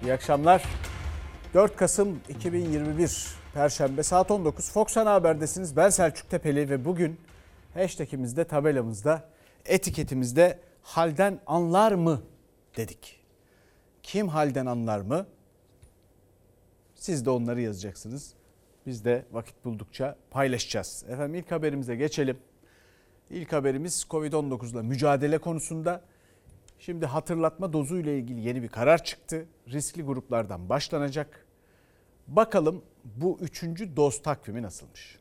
İyi akşamlar. 4 Kasım 2021 Perşembe saat 19 Fox Ana Haber'desiniz. Ben Selçuk Tepeli ve bugün hashtag'imizde, tabelamızda, etiketimizde halden anlar mı dedik. Kim halden anlar mı? Siz de onları yazacaksınız. Biz de vakit buldukça paylaşacağız. Efendim ilk haberimize geçelim. İlk haberimiz Covid-19'la mücadele konusunda. Şimdi hatırlatma dozu ile ilgili yeni bir karar çıktı. Riskli gruplardan başlanacak. Bakalım bu 3. doz takvimi nasılmış?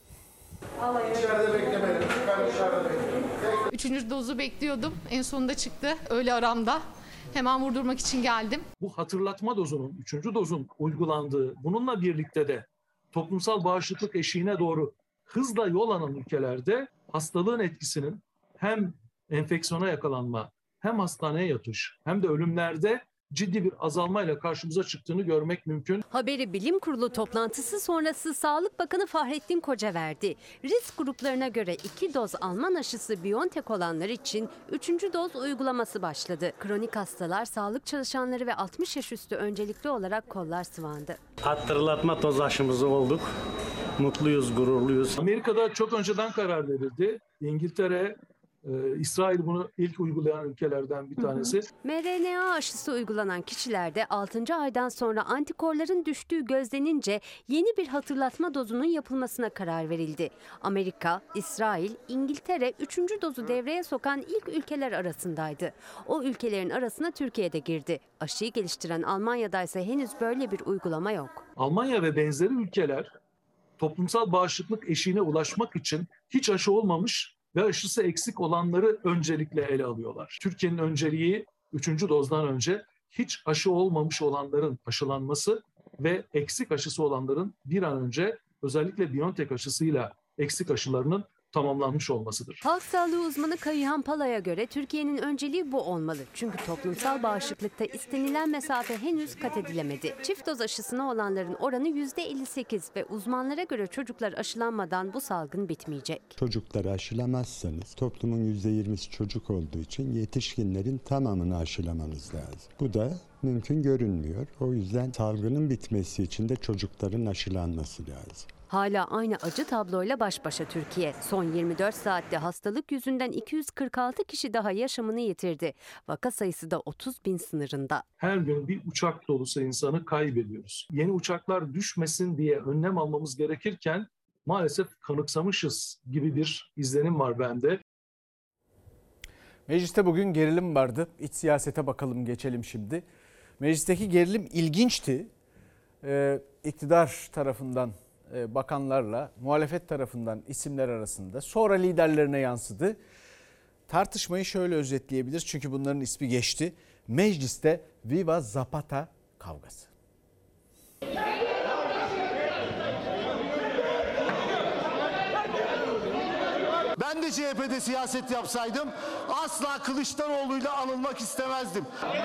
İçeride beklemedim. Ben dışarıda bekliyorum. 3. dozu bekliyordum. En sonunda çıktı öğle aramda. Hemen vurdurmak için geldim. Bu hatırlatma dozunun, 3. dozun uygulandığı, bununla birlikte de toplumsal bağışıklık eşiğine doğru hızla yol alan ülkelerde hastalığın etkisinin hem enfeksiyona yakalanma, hem hastaneye yatış, hem de ölümlerde ciddi bir azalmayla karşımıza çıktığını görmek mümkün. Haberi Bilim Kurulu toplantısı sonrası Sağlık Bakanı Fahrettin Koca verdi. Risk gruplarına göre 2 doz Alman aşısı BioNTech olanlar için 3. doz uygulaması başladı. Kronik hastalar, sağlık çalışanları ve 60 yaş üstü öncelikli olarak kollar sıvandı. Hatırlatma doz aşımızı olduk. Mutluyuz, gururluyuz. Amerika'da çok önceden karar verildi. İngiltere, İsrail bunu ilk uygulayan ülkelerden bir tanesi. mRNA aşısı uygulanan kişilerde 6. aydan sonra antikorların düştüğü gözlenince yeni bir hatırlatma dozunun yapılmasına karar verildi. Amerika, İsrail, İngiltere 3. dozu devreye sokan ilk ülkeler arasındaydı. O ülkelerin arasına Türkiye de girdi. Aşıyı geliştiren Almanya'da ise henüz böyle bir uygulama yok. Almanya ve benzeri ülkeler toplumsal bağışıklık eşiğine ulaşmak için hiç aşı olmamış ve aşısı eksik olanları öncelikle ele alıyorlar. Türkiye'nin önceliği 3. dozdan önce hiç aşı olmamış olanların aşılanması ve eksik aşısı olanların bir an önce özellikle BioNTech aşısıyla eksik aşılarının tamamlanmış olmasıdır. Halk sağlığı uzmanı Kayıhan Pala'ya göre Türkiye'nin önceliği bu olmalı. Çünkü toplumsal bağışıklıkta istenilen mesafe henüz kat edilemedi. Çift doz aşısına olanların oranı %58 ve uzmanlara göre çocuklar aşılanmadan bu salgın bitmeyecek. Çocukları aşılamazsanız toplumun %20'si çocuk olduğu için yetişkinlerin tamamını aşılamanız lazım. Bu da mümkün görünmüyor. O yüzden salgının bitmesi için de çocukların aşılanması lazım. Hala aynı acı tabloyla baş başa Türkiye. Son 24 saatte hastalık yüzünden 246 kişi daha yaşamını yitirdi. Vaka sayısı da 30 bin sınırında. Her gün bir uçak dolusu insanı kaybediyoruz. Yeni uçaklar düşmesin diye önlem almamız gerekirken maalesef kanıksamışız gibi bir izlenim var bende. Mecliste bugün gerilim vardı. İç siyasete bakalım, geçelim şimdi. Meclisteki gerilim ilginçti. İktidar tarafından bakanlarla muhalefet tarafından isimler arasında, sonra liderlerine yansıdı. Tartışmayı şöyle özetleyebiliriz çünkü bunların ismi geçti. Mecliste Viva Zapata kavgası. Ben de CHP'de siyaset yapsaydım asla Kılıçdaroğlu'yla anılmak istemezdim.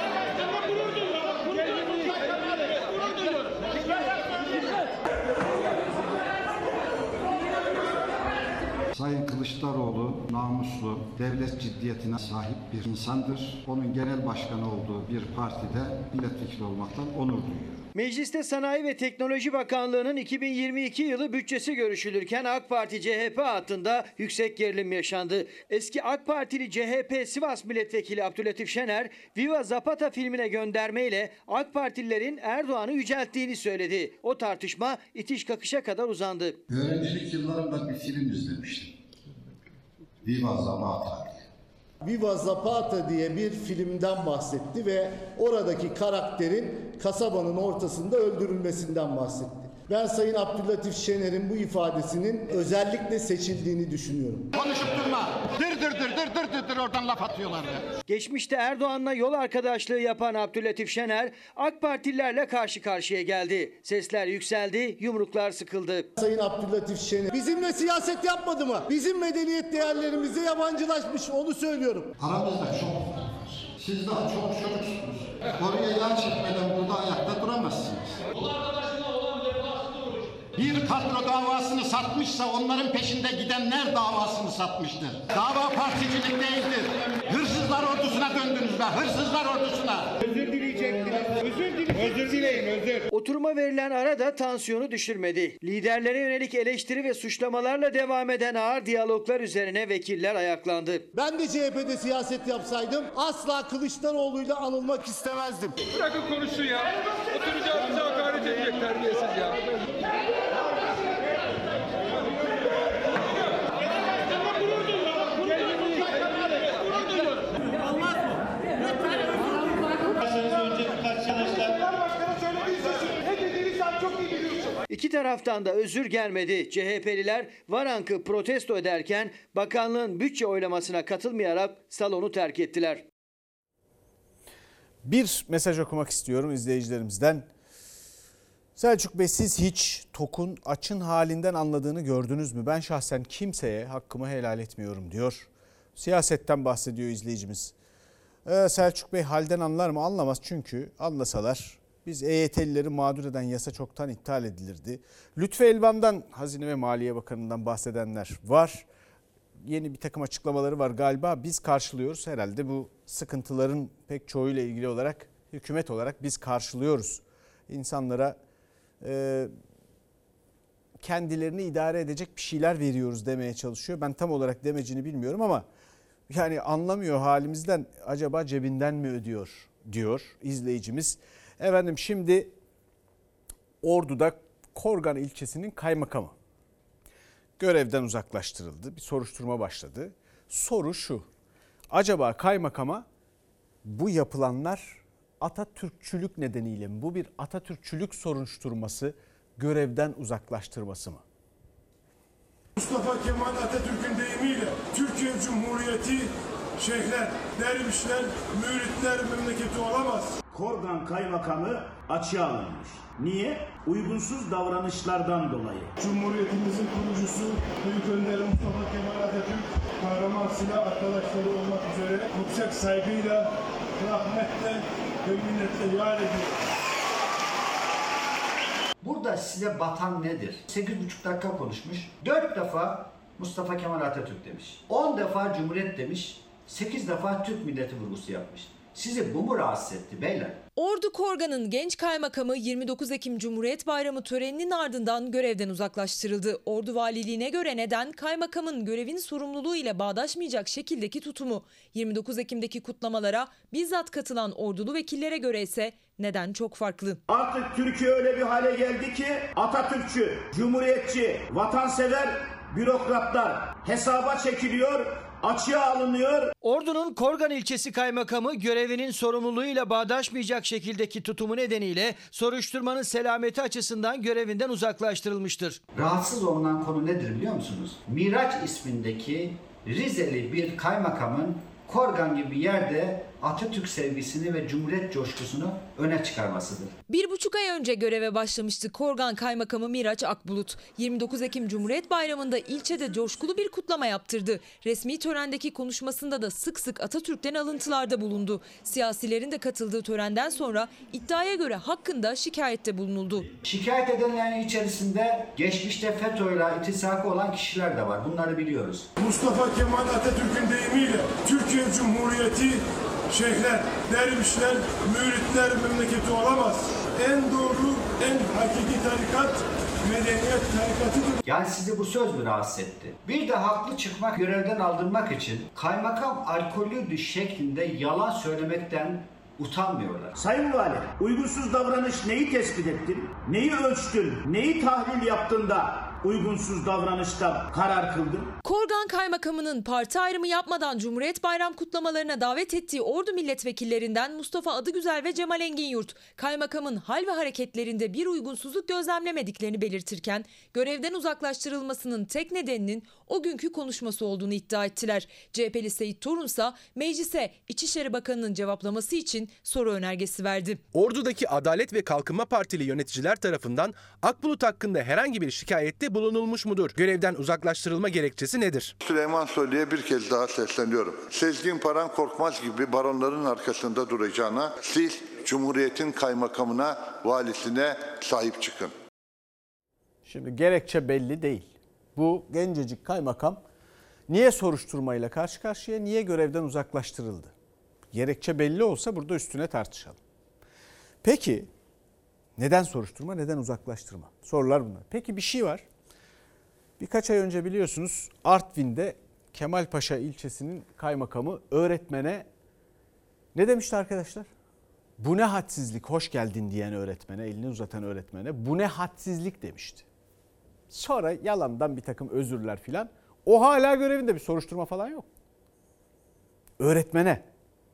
Sayın Kılıçdaroğlu namuslu, devlet ciddiyetine sahip bir insandır. Onun genel başkanı olduğu bir partide milletvekili olmaktan onur duyuyor. Mecliste Sanayi ve Teknoloji Bakanlığı'nın 2022 yılı bütçesi görüşülürken AK Parti CHP hattında yüksek gerilim yaşandı. Eski AK Partili CHP Sivas Milletvekili Abdülatif Şener, Viva Zapata filmine göndermeyle AK Partililerin Erdoğan'ı yücelttiğini söyledi. O tartışma itiş kakışa kadar uzandı. Öğrencilik yıllarımda bir film izlemiştim. Viva Zapata diye. Viva Zapata diye bir filmden bahsetti ve oradaki karakterin kasabanın ortasında öldürülmesinden bahsetti. Ben Sayın Abdülatif Şener'in bu ifadesinin özellikle seçildiğini düşünüyorum. Konuşup durma. Dır oradan laf atıyorlar ya. Geçmişte Erdoğan'la yol arkadaşlığı yapan Abdülatif Şener, AK Partililerle karşı karşıya geldi. Sesler yükseldi, yumruklar sıkıldı. Sayın Abdülatif Şener bizimle siyaset yapmadı mı? Bizim medeniyet değerlerimize yabancılaşmış, onu söylüyorum. Aramızda çok fark var. Siz daha çok çocuksunuz. Oraya yan çekmeden burada ayakta duramazsınız. Bir kadro davasını satmışsa onların peşinde gidenler davasını satmıştır. Dava particilik değildir. Hırsızlar ordusuna döndünüz be, hırsızlar ordusuna. Özür dileyeceğim. Özür dileyin. Oturuma verilen ara da tansiyonu düşürmedi. Liderlere yönelik eleştiri ve suçlamalarla devam eden ağır diyaloglar üzerine vekiller ayaklandı. Ben de CHP'de siyaset yapsaydım asla Kılıçdaroğlu'yla anılmak istemezdim. Bırakın konuşsun ya. Oturacağımıza hakaret edecek terbiyesiz ya. İki taraftan da özür gelmedi. CHP'liler Varank'ı protesto ederken bakanlığın bütçe oylamasına katılmayarak salonu terk ettiler. Bir mesaj okumak istiyorum izleyicilerimizden. Selçuk Bey, siz hiç TOK'un açın halinden anladığını gördünüz mü? Ben şahsen kimseye hakkımı helal etmiyorum diyor. Siyasetten bahsediyor izleyicimiz. Selçuk Bey halden anlar mı? Anlamaz, çünkü anlasalar biz EYT'lileri mağdur eden yasa çoktan iptal edilirdi. Lütfü Elvan'dan, Hazine ve Maliye Bakanı'ndan bahsedenler var. Yeni bir takım açıklamaları var galiba. Biz karşılıyoruz. Herhalde bu sıkıntıların pek çoğuyla ilgili olarak hükümet olarak biz karşılıyoruz. İnsanlara kendilerini idare edecek bir şeyler veriyoruz demeye çalışıyor. Ben tam olarak demecini bilmiyorum ama yani anlamıyor halimizden, acaba cebinden mi ödüyor diyor izleyicimiz. Efendim, şimdi Ordu'da Korgan ilçesinin kaymakamı görevden uzaklaştırıldı. Bir soruşturma başladı. Soru şu: acaba kaymakama bu yapılanlar Atatürkçülük nedeniyle mi? Bu bir Atatürkçülük soruşturması, görevden uzaklaştırması mı? Mustafa Kemal Atatürk'ün deyimiyle Türkiye Cumhuriyeti şeyhler, dervişler, müritler memleketi olamaz. Korgan kaymakamı açığa alınmış. Niye? Uygunsuz davranışlardan dolayı. Cumhuriyetimizin kurucusu Büyük Önder Mustafa Kemal Atatürk, kahraman silah arkadaşları olmak üzere yüksek saygıyla, rahmetle ve minnetle yad ediyor. Burada size batan nedir? 8,5 dakika konuşmuş. 4 defa Mustafa Kemal Atatürk demiş. 10 defa Cumhuriyet demiş. 8 defa Türk milleti vurgusu yapmış. Sizi bu mu rahatsız etti beyler? Ordu Korgan'ın genç kaymakamı 29 Ekim Cumhuriyet Bayramı töreninin ardından görevden uzaklaştırıldı. Ordu Valiliğine göre neden kaymakamın görevin sorumluluğu ile bağdaşmayacak şekildeki tutumu. 29 Ekim'deki kutlamalara bizzat katılan ordulu vekillere göre ise neden çok farklı. Artık Türkiye öyle bir hale geldi ki Atatürkçü, Cumhuriyetçi, vatansever bürokratlar hesaba çekiliyor, açığa alınıyor. Ordu'nun Korgan ilçesi kaymakamı görevinin sorumluluğuyla bağdaşmayacak şekildeki tutumu nedeniyle soruşturmanın selameti açısından görevinden uzaklaştırılmıştır. Rahatsız olunan konu nedir biliyor musunuz? Miraç ismindeki Rizeli bir kaymakamın Korgan gibi yerde Atatürk sevgisini ve Cumhuriyet coşkusunu öne çıkarmasıdır. 1,5 ay önce göreve başlamıştı Korgan Kaymakamı Miraç Akbulut. 29 Ekim Cumhuriyet Bayramı'nda ilçede coşkulu bir kutlama yaptırdı. Resmi törendeki konuşmasında da sık sık Atatürk'ten alıntılarda bulundu. Siyasilerin de katıldığı törenden sonra iddiaya göre hakkında şikayette bulunuldu. Şikayet edenlerin içerisinde geçmişte FETÖ'yle ittifakı olan kişiler de var. Bunları biliyoruz. Mustafa Kemal Atatürk'ün deyimiyle Türkiye Cumhuriyeti şeyhler, dervişler, müritler memleketi olamaz. En doğru, en hakiki tarikat medeniyet tarikatıdır. Yani sizi bu söz mü rahatsız etti? Bir de haklı çıkmak, görevden aldırmak için kaymakam alkollüydü şeklinde yalan söylemekten utanmıyorlar. Sayın Vali, uygunsuz davranış neyi tespit ettin? Neyi ölçtün? Neyi tahlil yaptın da uygunsuz davranışta karar kıldın? Korgan Kaymakamı'nın parti ayrımı yapmadan Cumhuriyet Bayram kutlamalarına davet ettiği Ordu milletvekillerinden Mustafa Adıgüzel ve Cemal Enginyurt, kaymakamın hal ve hareketlerinde bir uygunsuzluk gözlemlemediklerini belirtirken görevden uzaklaştırılmasının tek nedeninin o günkü konuşması olduğunu iddia ettiler. CHP'li Seyit Torunsa meclise İçişleri Bakanı'nın cevaplaması için soru önergesi verdi. Ordu'daki Adalet ve Kalkınma Partili yöneticiler tarafından Akbulut hakkında herhangi bir şikayette bulunulmuş mudur? Görevden uzaklaştırılma gerekçesi nedir? Süleyman Soylu'ya bir kez daha sesleniyorum. Sezgin Paran Korkmaz gibi baronların arkasında duracağına siz Cumhuriyet'in kaymakamına, valisine sahip çıkın. Şimdi gerekçe belli değil. Bu gencecik kaymakam niye soruşturmayla karşı karşıya, niye görevden uzaklaştırıldı? Gerekçe belli olsa burada üstüne tartışalım. Peki neden soruşturma, neden uzaklaştırma? Sorular bunlar. Peki bir şey var. Birkaç ay önce biliyorsunuz Artvin'de Kemalpaşa ilçesinin kaymakamı öğretmene ne demişti arkadaşlar? Bu ne hadsizlik, hoş geldin diyen öğretmene, elini uzatan öğretmene bu ne hadsizlik demişti. Sonra yalandan bir takım özürler filan. O hala görevinde, bir soruşturma falan yok. Öğretmene.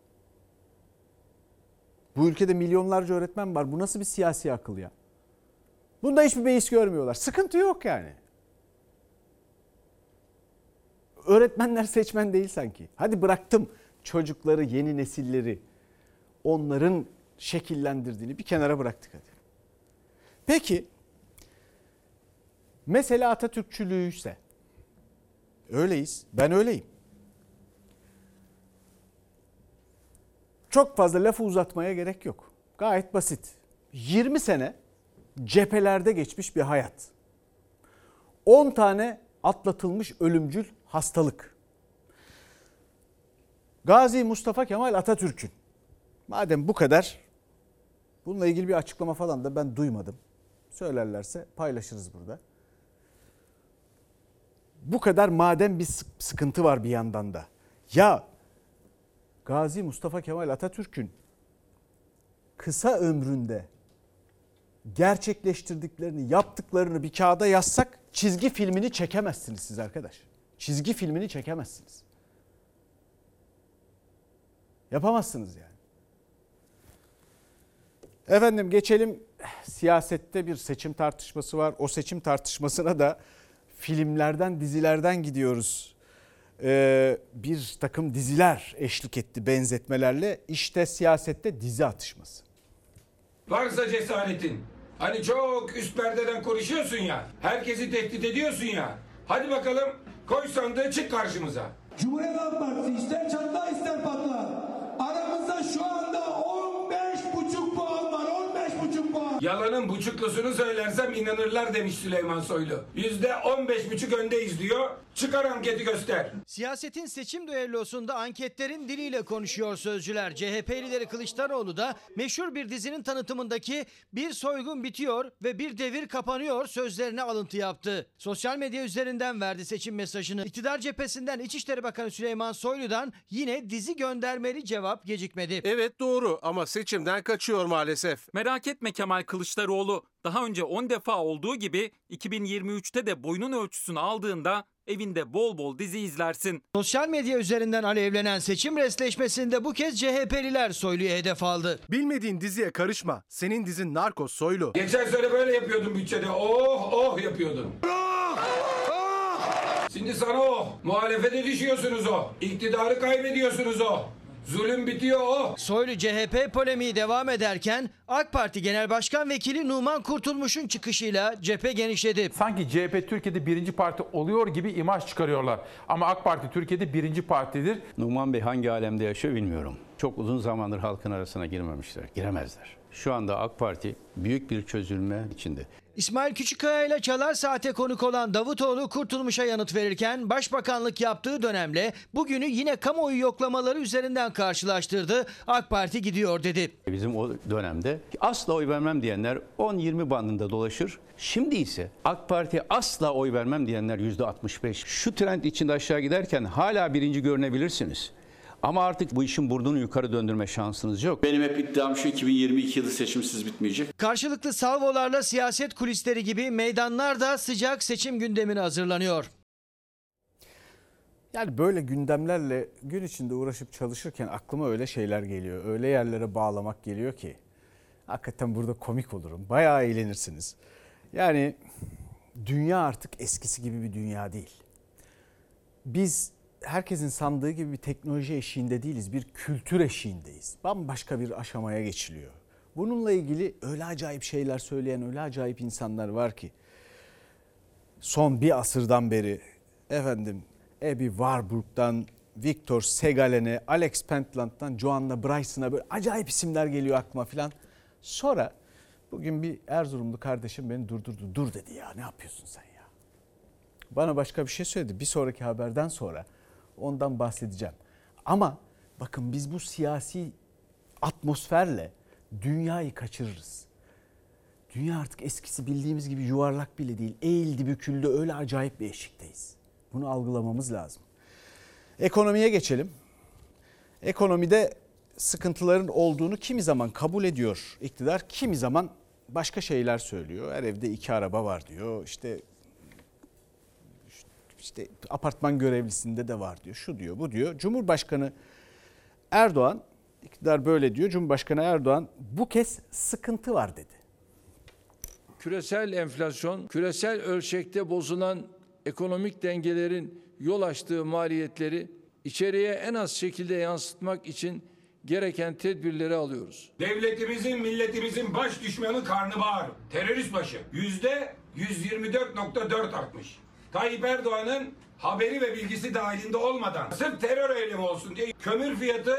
Bu ülkede milyonlarca öğretmen var. Bu nasıl bir siyasi akıl ya? Bunda hiçbir beis görmüyorlar. Sıkıntı yok yani. Öğretmenler seçmen değil sanki. Hadi bıraktım çocukları, yeni nesilleri, onların şekillendirdiğini bir kenara bıraktık hadi. Peki mesele Atatürkçülüğüyse, öyleyiz, ben öyleyim. Çok fazla lafı uzatmaya gerek yok. Gayet basit. 20 sene cephelerde geçmiş bir hayat. 10 tane atlatılmış ölümcül hastalık. Gazi Mustafa Kemal Atatürk'ün, madem bu kadar, bununla ilgili bir açıklama falan da ben duymadım. Söylerlerse paylaşırız burada. Bu kadar madem bir sıkıntı var bir yandan da. Ya Gazi Mustafa Kemal Atatürk'ün kısa ömründe gerçekleştirdiklerini, yaptıklarını bir kağıda yazsak çizgi filmini çekemezsiniz siz arkadaş. Çizgi filmini çekemezsiniz. Yapamazsınız yani. Efendim geçelim, siyasette bir seçim tartışması var. O seçim tartışmasına da filmlerden, dizilerden gidiyoruz. Bir takım diziler eşlik etti benzetmelerle. İşte siyasette dizi atışması. Varsa cesaretin, hani çok üst perdeden konuşuyorsun ya, herkesi tehdit ediyorsun ya. Hadi bakalım, koy sandığı, çık karşımıza. Cumhuriyet Halk Partisi ister çatla ister patla. Aramızda şu anda 15,5 puan var, 15,5 puan. Yalanın buçuklusunu söylersem inanırlar demiş Süleyman Soylu. %15,5 öndeyiz diyor. Çıkar anketi göster. Siyasetin seçim düellosunda anketlerin diliyle konuşuyor sözcüler. CHP lideri Kılıçdaroğlu da meşhur bir dizinin tanıtımındaki "bir soygun bitiyor ve bir devir kapanıyor" sözlerine alıntı yaptı. Sosyal medya üzerinden verdi seçim mesajını. İktidar cephesinden İçişleri Bakanı Süleyman Soylu'dan yine dizi göndermeli cevap gecikmedi. Evet doğru ama seçimden kaçıyor maalesef. Merak etme Kemal Kılıçdaroğlu. Daha önce 10 defa olduğu gibi 2023'te de boyunun ölçüsünü aldığında evinde bol bol dizi izlersin. Sosyal medya üzerinden alevlenen seçim resleşmesinde bu kez CHP'liler Soylu'ya hedef aldı. Bilmediğin diziye karışma. Senin dizin Narcos Soylu. Geçen sene böyle yapıyordun bütçede. Oh oh yapıyordun. Şimdi sana o. Muhalefete düşüyorsunuz o. İktidarı kaybediyorsunuz o. Zulüm bitiyor o. Soylu CHP polemiği devam ederken AK Parti Genel Başkan Vekili Numan Kurtulmuş'un çıkışıyla cephe genişledi. Sanki CHP Türkiye'de birinci parti oluyor gibi imaj çıkarıyorlar. Ama AK Parti Türkiye'de birinci partidir. Numan Bey hangi alemde yaşıyor bilmiyorum. Çok uzun zamandır halkın arasına girmemişler, giremezler. Şu anda AK Parti büyük bir çözülme içinde. İsmail Küçükkaya ile Çalar Saat'e konuk olan Davutoğlu Kurtulmuş'a yanıt verirken başbakanlık yaptığı dönemle bugünü yine kamuoyu yoklamaları üzerinden karşılaştırdı. AK Parti gidiyor dedi. Bizim o dönemde asla oy vermem diyenler 10-20 bandında dolaşır. Şimdi ise AK Parti asla oy vermem diyenler %65. Şu trend içinde aşağı giderken hala birinci görünebilirsiniz. Ama artık bu işin burnunu yukarı döndürme şansınız yok. Benim hep iddiam şu: 2022 yılı seçimsiz bitmeyecek. Karşılıklı salvolarla siyaset kulisleri gibi meydanlar da sıcak seçim gündemine hazırlanıyor. Yani böyle gündemlerle gün içinde uğraşıp çalışırken aklıma öyle şeyler geliyor. Öyle yerlere bağlamak geliyor ki hakikaten burada komik olurum. Bayağı eğlenirsiniz. Yani dünya artık eskisi gibi bir dünya değil. Biz herkesin sandığı gibi bir teknoloji eşiğinde değiliz, bir kültür eşiğindeyiz. Bambaşka bir aşamaya geçiliyor. Bununla ilgili öyle acayip şeyler söyleyen öyle acayip insanlar var ki son bir asırdan beri efendim Abby Warburg'dan Victor Segalen'e, Alex Pentland'dan Joanna Bryson'a böyle acayip isimler geliyor aklıma filan. Sonra bugün bir Erzurumlu kardeşim beni durdurdu. Dur dedi, ya ne yapıyorsun sen ya? Bana başka bir şey söyledi. Bir sonraki haberden sonra ondan bahsedeceğim. Ama bakın biz bu siyasi atmosferle dünyayı kaçırırız. Dünya artık eskisi bildiğimiz gibi yuvarlak bile değil. Eğildi büküldü, öyle acayip bir eşikteyiz. Bunu algılamamız lazım. Ekonomiye geçelim. Ekonomide sıkıntıların olduğunu kimi zaman kabul ediyor iktidar, kimi zaman başka şeyler söylüyor. Her evde 2 araba var diyor. İşte apartman görevlisinde de var diyor. Şu diyor, bu diyor. Cumhurbaşkanı Erdoğan, iktidar böyle diyor. Cumhurbaşkanı Erdoğan bu kez sıkıntı var dedi. Küresel enflasyon, küresel ölçekte bozulan ekonomik dengelerin yol açtığı maliyetleri içeriye en az şekilde yansıtmak için gereken tedbirleri alıyoruz. Devletimizin, milletimizin baş düşmanı karnabahar, terörist başı %124.4 artmış. Tayyip Erdoğan'ın haberi ve bilgisi dahilinde olmadan sırf terör eylemi olsun diye kömür fiyatı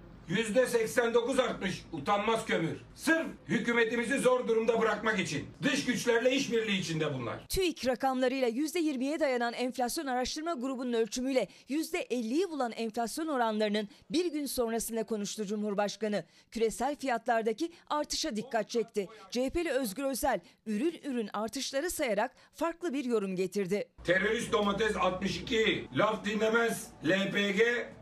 %89 artmış, utanmaz kömür. Sırf hükümetimizi zor durumda bırakmak için. Dış güçlerle işbirliği içinde bunlar. TÜİK rakamlarıyla %20'ye dayanan enflasyon araştırma grubunun ölçümüyle %50'yi bulan enflasyon oranlarının bir gün sonrasında konuştu Cumhurbaşkanı. Küresel fiyatlardaki artışa dikkat çekti. CHP'li Özgür Özel ürün artışları sayarak farklı bir yorum getirdi. Terörist domates 62, laf dinlemez LPG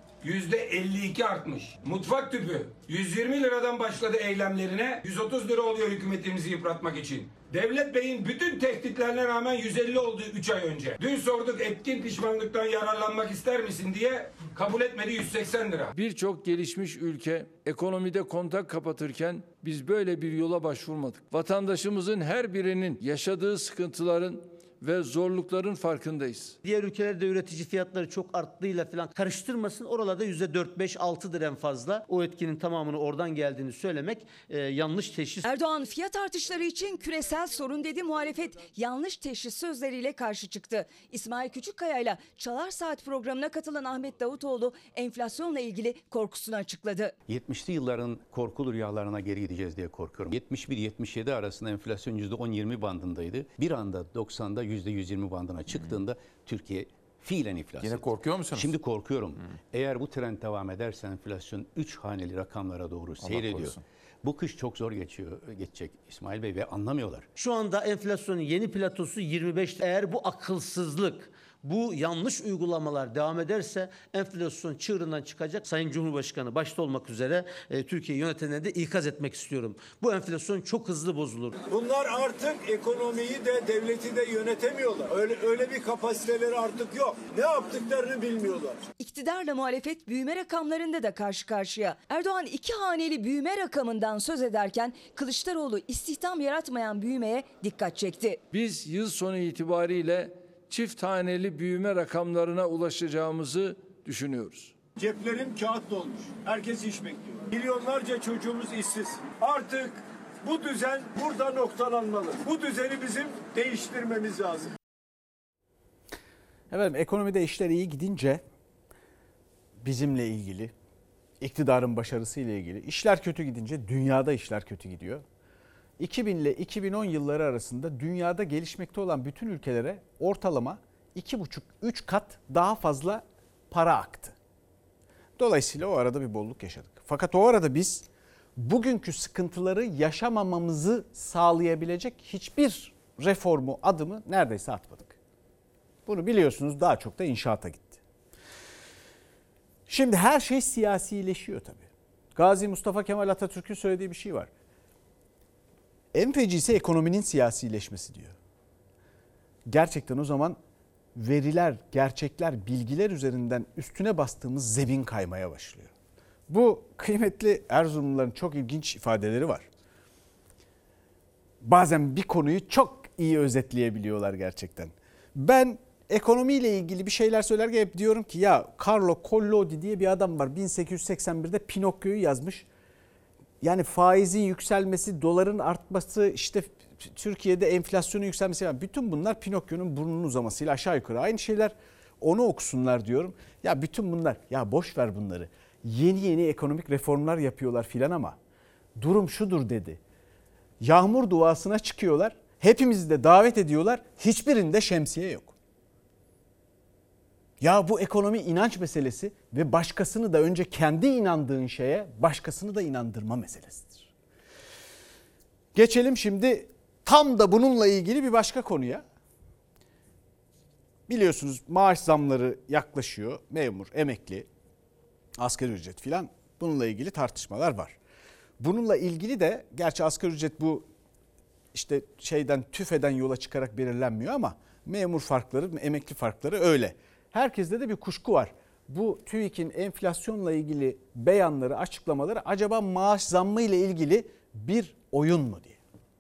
%52 artmış. Mutfak tüpü 120 liradan başladı eylemlerine, 130 lira oluyor hükümetimizi yıpratmak için. Devlet Bey'in bütün tehditlerine rağmen 150 oldu 3 ay önce. Dün sorduk etkin pişmanlıktan yararlanmak ister misin diye, kabul etmedi, 180 lira. Birçok gelişmiş ülke ekonomide kontak kapatırken biz böyle bir yola başvurmadık. Vatandaşımızın her birinin yaşadığı sıkıntıların ve zorlukların farkındayız. Diğer ülkelerde üretici fiyatları çok arttığıyla falan karıştırmasın. Oralarda %4-5-6'dır en fazla. O etkinin tamamını oradan geldiğini söylemek yanlış teşhis. Erdoğan fiyat artışları için küresel sorun dedi, muhalefet yanlış teşhis sözleriyle karşı çıktı. İsmail Küçükkaya ile Çalar Saat programına katılan Ahmet Davutoğlu enflasyonla ilgili korkusunu açıkladı. 70'li yılların korkulu rüyalarına geri gideceğiz diye korkuyorum. 71-77 arasında enflasyon %10-20 bandındaydı. Bir anda 90'da %120 bandına çıktığında Türkiye fiilen iflas Yine etti. korkuyor musunuz? Şimdi korkuyorum. Eğer bu trend devam ederse enflasyon 3 haneli rakamlara doğru seyrediyor. Bu kış çok zor geçecek İsmail Bey ve anlamıyorlar. Şu anda enflasyonun yeni platosu 25. Eğer bu akılsızlık, bu yanlış uygulamalar devam ederse enflasyon çığırından çıkacak. Sayın Cumhurbaşkanı başta olmak üzere Türkiye'yi yönetenleri de ikaz etmek istiyorum. Bu enflasyon çok hızlı bozulur. Bunlar artık ekonomiyi de devleti de yönetemiyorlar. Öyle bir kapasiteleri artık yok. Ne yaptıklarını bilmiyorlar. İktidarla muhalefet büyüme rakamlarında da karşı karşıya. Erdoğan 2 haneli büyüme rakamından söz ederken Kılıçdaroğlu istihdam yaratmayan büyümeye dikkat çekti. Biz yıl sonu itibariyle çift haneli büyüme rakamlarına ulaşacağımızı düşünüyoruz. Ceplerin kağıt dolmuş. Herkes iş bekliyor. Milyonlarca çocuğumuz işsiz. Artık bu düzen burada noktalanmalı. Bu düzeni bizim değiştirmemiz lazım. Efendim, ekonomide işler iyi gidince bizimle ilgili, iktidarın başarısıyla ilgili, işler kötü gidince dünyada işler kötü gidiyor. 2000 ile 2010 yılları arasında dünyada gelişmekte olan bütün ülkelere ortalama 2,5-3 kat daha fazla para aktı. Dolayısıyla o arada bir bolluk yaşadık. Fakat o arada biz bugünkü sıkıntıları yaşamamamızı sağlayabilecek hiçbir reformu, adımı neredeyse atmadık. Bunu biliyorsunuz, daha çok da inşaata gitti. Şimdi her şey siyasileşiyor tabii. Gazi Mustafa Kemal Atatürk'ün söylediği bir şey var. En fecisi ekonominin siyasileşmesi diyor. Gerçekten o zaman veriler, gerçekler, bilgiler üzerinden üstüne bastığımız zemin kaymaya başlıyor. Bu kıymetli Erzurumluların çok ilginç ifadeleri var. Bazen bir konuyu çok iyi özetleyebiliyorlar gerçekten. Ben ekonomiyle ilgili bir şeyler söylerken hep diyorum ki ya Carlo Collodi diye bir adam var. 1881'de Pinokyo'yu yazmış. Yani faizin yükselmesi, doların artması, işte Türkiye'de enflasyonun yükselmesi, bütün bunlar Pinokyo'nun burnunun uzamasıyla aşağı yukarı aynı şeyler. Onu okusunlar diyorum. Ya bütün bunlar, ya boş ver bunları. Yeni ekonomik reformlar yapıyorlar filan ama durum şudur dedi. Yağmur duasına çıkıyorlar. Hepimizi de davet ediyorlar. Hiçbirinde şemsiye yok. Ya bu ekonomi inanç meselesi ve başkasını da, önce kendi inandığın şeye başkasını da inandırma meselesidir. Geçelim şimdi tam da bununla ilgili bir başka konuya. Biliyorsunuz maaş zamları yaklaşıyor. Memur, emekli, asgari ücret filan, bununla ilgili tartışmalar var. Bununla ilgili de gerçi asgari ücret bu işte TÜFE'den yola çıkarak belirlenmiyor ama memur farkları, emekli farkları öyle. Herkeste de bir kuşku var. Bu TÜİK'in enflasyonla ilgili beyanları, açıklamaları acaba maaş zammı ile ilgili bir oyun mu diye.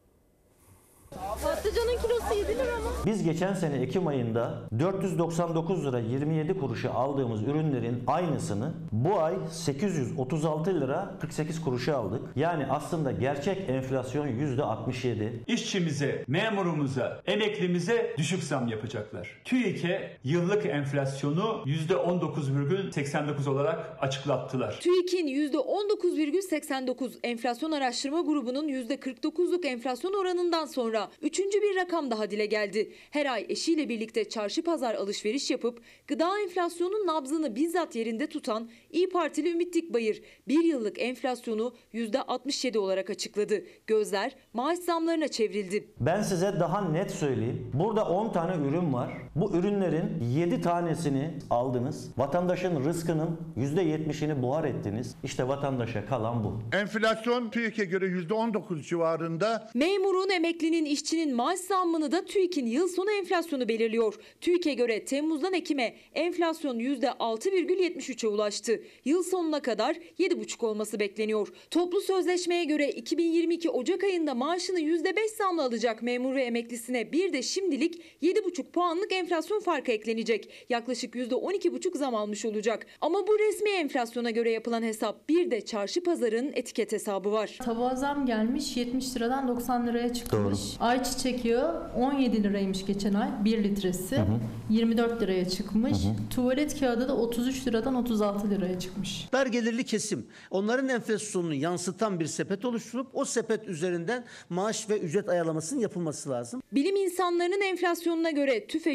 Patlıcanın kilosu 7 lira mı? Biz geçen sene Ekim ayında 499 lira 27 kuruşa aldığımız ürünlerin aynısını bu ay 836 lira 48 kuruşa aldık. Yani aslında gerçek enflasyon %67. İşçimize, memurumuza, emeklimize düşük zam yapacaklar. TÜİK'e yıllık enflasyonu %19,89 olarak açıklattılar. TÜİK'in %19,89 enflasyon araştırma grubunun %49'luk enflasyon oranından sonra üçüncü bir rakam daha dile geldi. Her ay eşiyle birlikte çarşı pazar alışveriş yapıp gıda enflasyonun nabzını bizzat yerinde tutan İYİ Partili Ümit Dikbayır bir yıllık enflasyonu %67 olarak açıkladı. Gözler maaş zamlarına çevrildi. Ben size daha net söyleyeyim. Burada 10 tane ürün var. Bu ürünlerin 7 tanesini aldınız. Vatandaşın rızkının %70'ini buhar ettiniz. İşte vatandaşa kalan bu. Enflasyon TÜİK'e göre %19 civarında. Memurun, emeklinin, işçinin maaş zammını da TÜİK'in yıl sonu enflasyonu belirliyor. TÜİK'e göre Temmuz'dan Ekim'e enflasyon %6,73'e ulaştı. Yıl sonuna kadar 7,5 olması bekleniyor. Toplu sözleşmeye göre 2022 Ocak ayında maaşını %5 zamla alacak memur ve emeklisine bir de şimdilik 7,5 puanlık enflasyon farkı eklenecek. Yaklaşık %12,5 zam almış olacak. Ama bu resmi enflasyona göre yapılan hesap, bir de çarşı pazarın etiket hesabı var. Tavuğa zam gelmiş, 70 liradan 90 liraya çıkmış. Ayçiçek yağı 17 liraymış geçen ay 1 litresi. 24 liraya çıkmış. Tuvalet kağıdı da 33 liradan 36 liraya çıkmış. Dar gelirli kesim onların enflasyonunu yansıtan bir sepet oluşturup o sepet üzerinden maaş ve ücret ayarlamasının yapılması lazım. Bilim insanlarının enflasyonuna göre TÜFE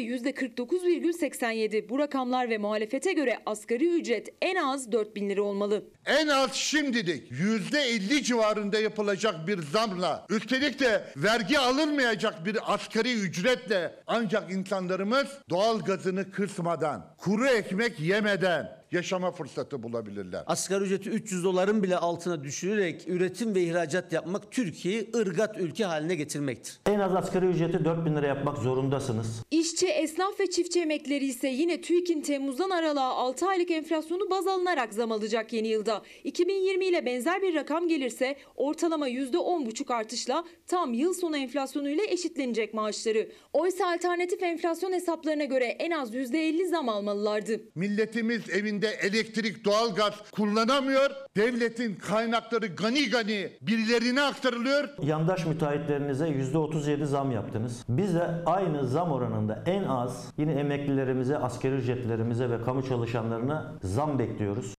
%49,87. Bu rakamlar ve muhalefete göre asgari ücret en az 4.000 lira olmalı. En az şimdilik %50 civarında yapılacak bir zamla, üstelik de vergi alınmayacak bir asgari ücretle ancak insanlarımız doğal gazını kısmadan, kuru ekmek yemeden yaşama fırsatı bulabilirler. Asgari ücreti 300 doların bile altına düşürerek üretim ve ihracat yapmak Türkiye'yi ırgat ülke haline getirmektir. En az asgari ücreti 4.000 lira yapmak zorundasınız. İşçi, esnaf ve çiftçi emeklileri ise yine TÜİK'in Temmuz'dan aralığa 6 aylık enflasyonu baz alınarak zam alacak yeni yılda. 2020 ile benzer bir rakam gelirse ortalama %10,5 artışla tam yıl sonu enflasyonuyla eşitlenecek maaşları. Oysa alternatif enflasyon hesaplarına göre en az %50 zam almalılardı. Milletimiz evinde elektrik, doğalgaz kullanamıyor. Devletin kaynakları gani gani birilerine aktarılıyor. Yandaş müteahhitlerinize %37 zam yaptınız. Biz de aynı zam oranında en az yine emeklilerimize, asgari ücretlerimize ve kamu çalışanlarına zam bekliyoruz.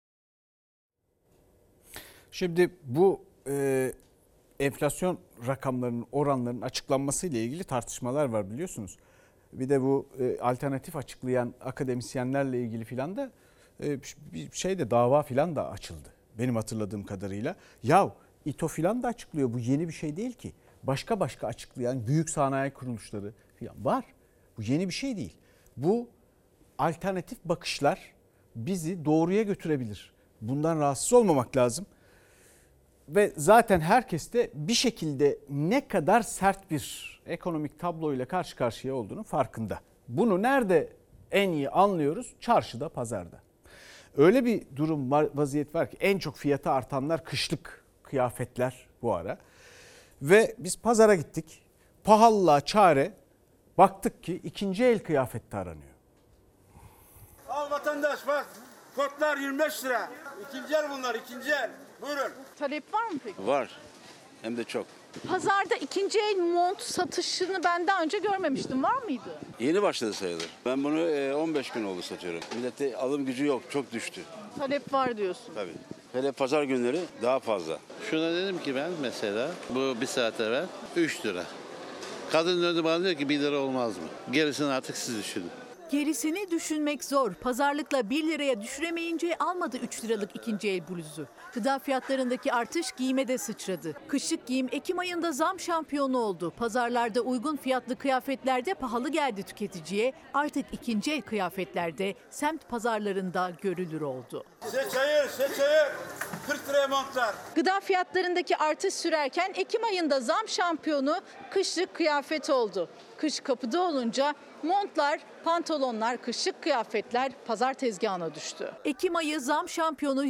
Şimdi bu enflasyon rakamlarının, oranlarının açıklanması ile ilgili tartışmalar var biliyorsunuz. Bir de bu alternatif açıklayan akademisyenlerle ilgili filan da bir dava filan da açıldı. Benim hatırladığım kadarıyla. Ya İTO filan da açıklıyor. Bu yeni bir şey değil ki. Başka açıklayan büyük sanayi kuruluşları filan var. Bu yeni bir şey değil. Bu alternatif bakışlar bizi doğruya götürebilir. Bundan rahatsız olmamak lazım. Ve zaten herkes de bir şekilde ne kadar sert bir ekonomik tabloyla karşı karşıya olduğunun farkında. Bunu nerede en iyi anlıyoruz? Çarşıda, pazarda. Öyle bir durum var, vaziyet var ki en çok fiyatı artanlar kışlık kıyafetler bu ara. Ve biz pazara gittik. Pahalılığa çare, baktık ki ikinci el kıyafette aranıyor. Al vatandaş bak, kotlar 25 lira. İkinci el bunlar, ikinci el. Buyurun. Talep var mı peki? Var. Hem de çok. Pazarda ikinci el mont satışını ben daha önce görmemiştim. Var mıydı? Yeni başladı sayılır. Ben bunu 15 gün oldu satıyorum. Millette alım gücü yok. Çok düştü. Talep var diyorsun. Tabii. Hele pazar günleri daha fazla. Şuna dedim ki ben mesela bu bir saat evvel 3 lira. Kadın döndü bana diyor ki 1 lira olmaz mı? Gerisini artık siz düşünün. Gerisini düşünmek zor. Pazarlıkla 1 liraya düşüremeyince almadı 3 liralık ikinci el bluzu. Gıda fiyatlarındaki artış giyime de sıçradı. Kışlık giyim Ekim ayında zam şampiyonu oldu. Pazarlarda uygun fiyatlı kıyafetlerde pahalı geldi tüketiciye. Artık ikinci el kıyafetlerde semt pazarlarında görülür oldu. Seçayır 40 liraya montlar. Gıda fiyatlarındaki artış sürerken Ekim ayında zam şampiyonu kışlık kıyafet oldu. Kış kapıda olunca montlar, pantolonlar, kışlık kıyafetler pazar tezgahına düştü. Ekim ayı zam şampiyonu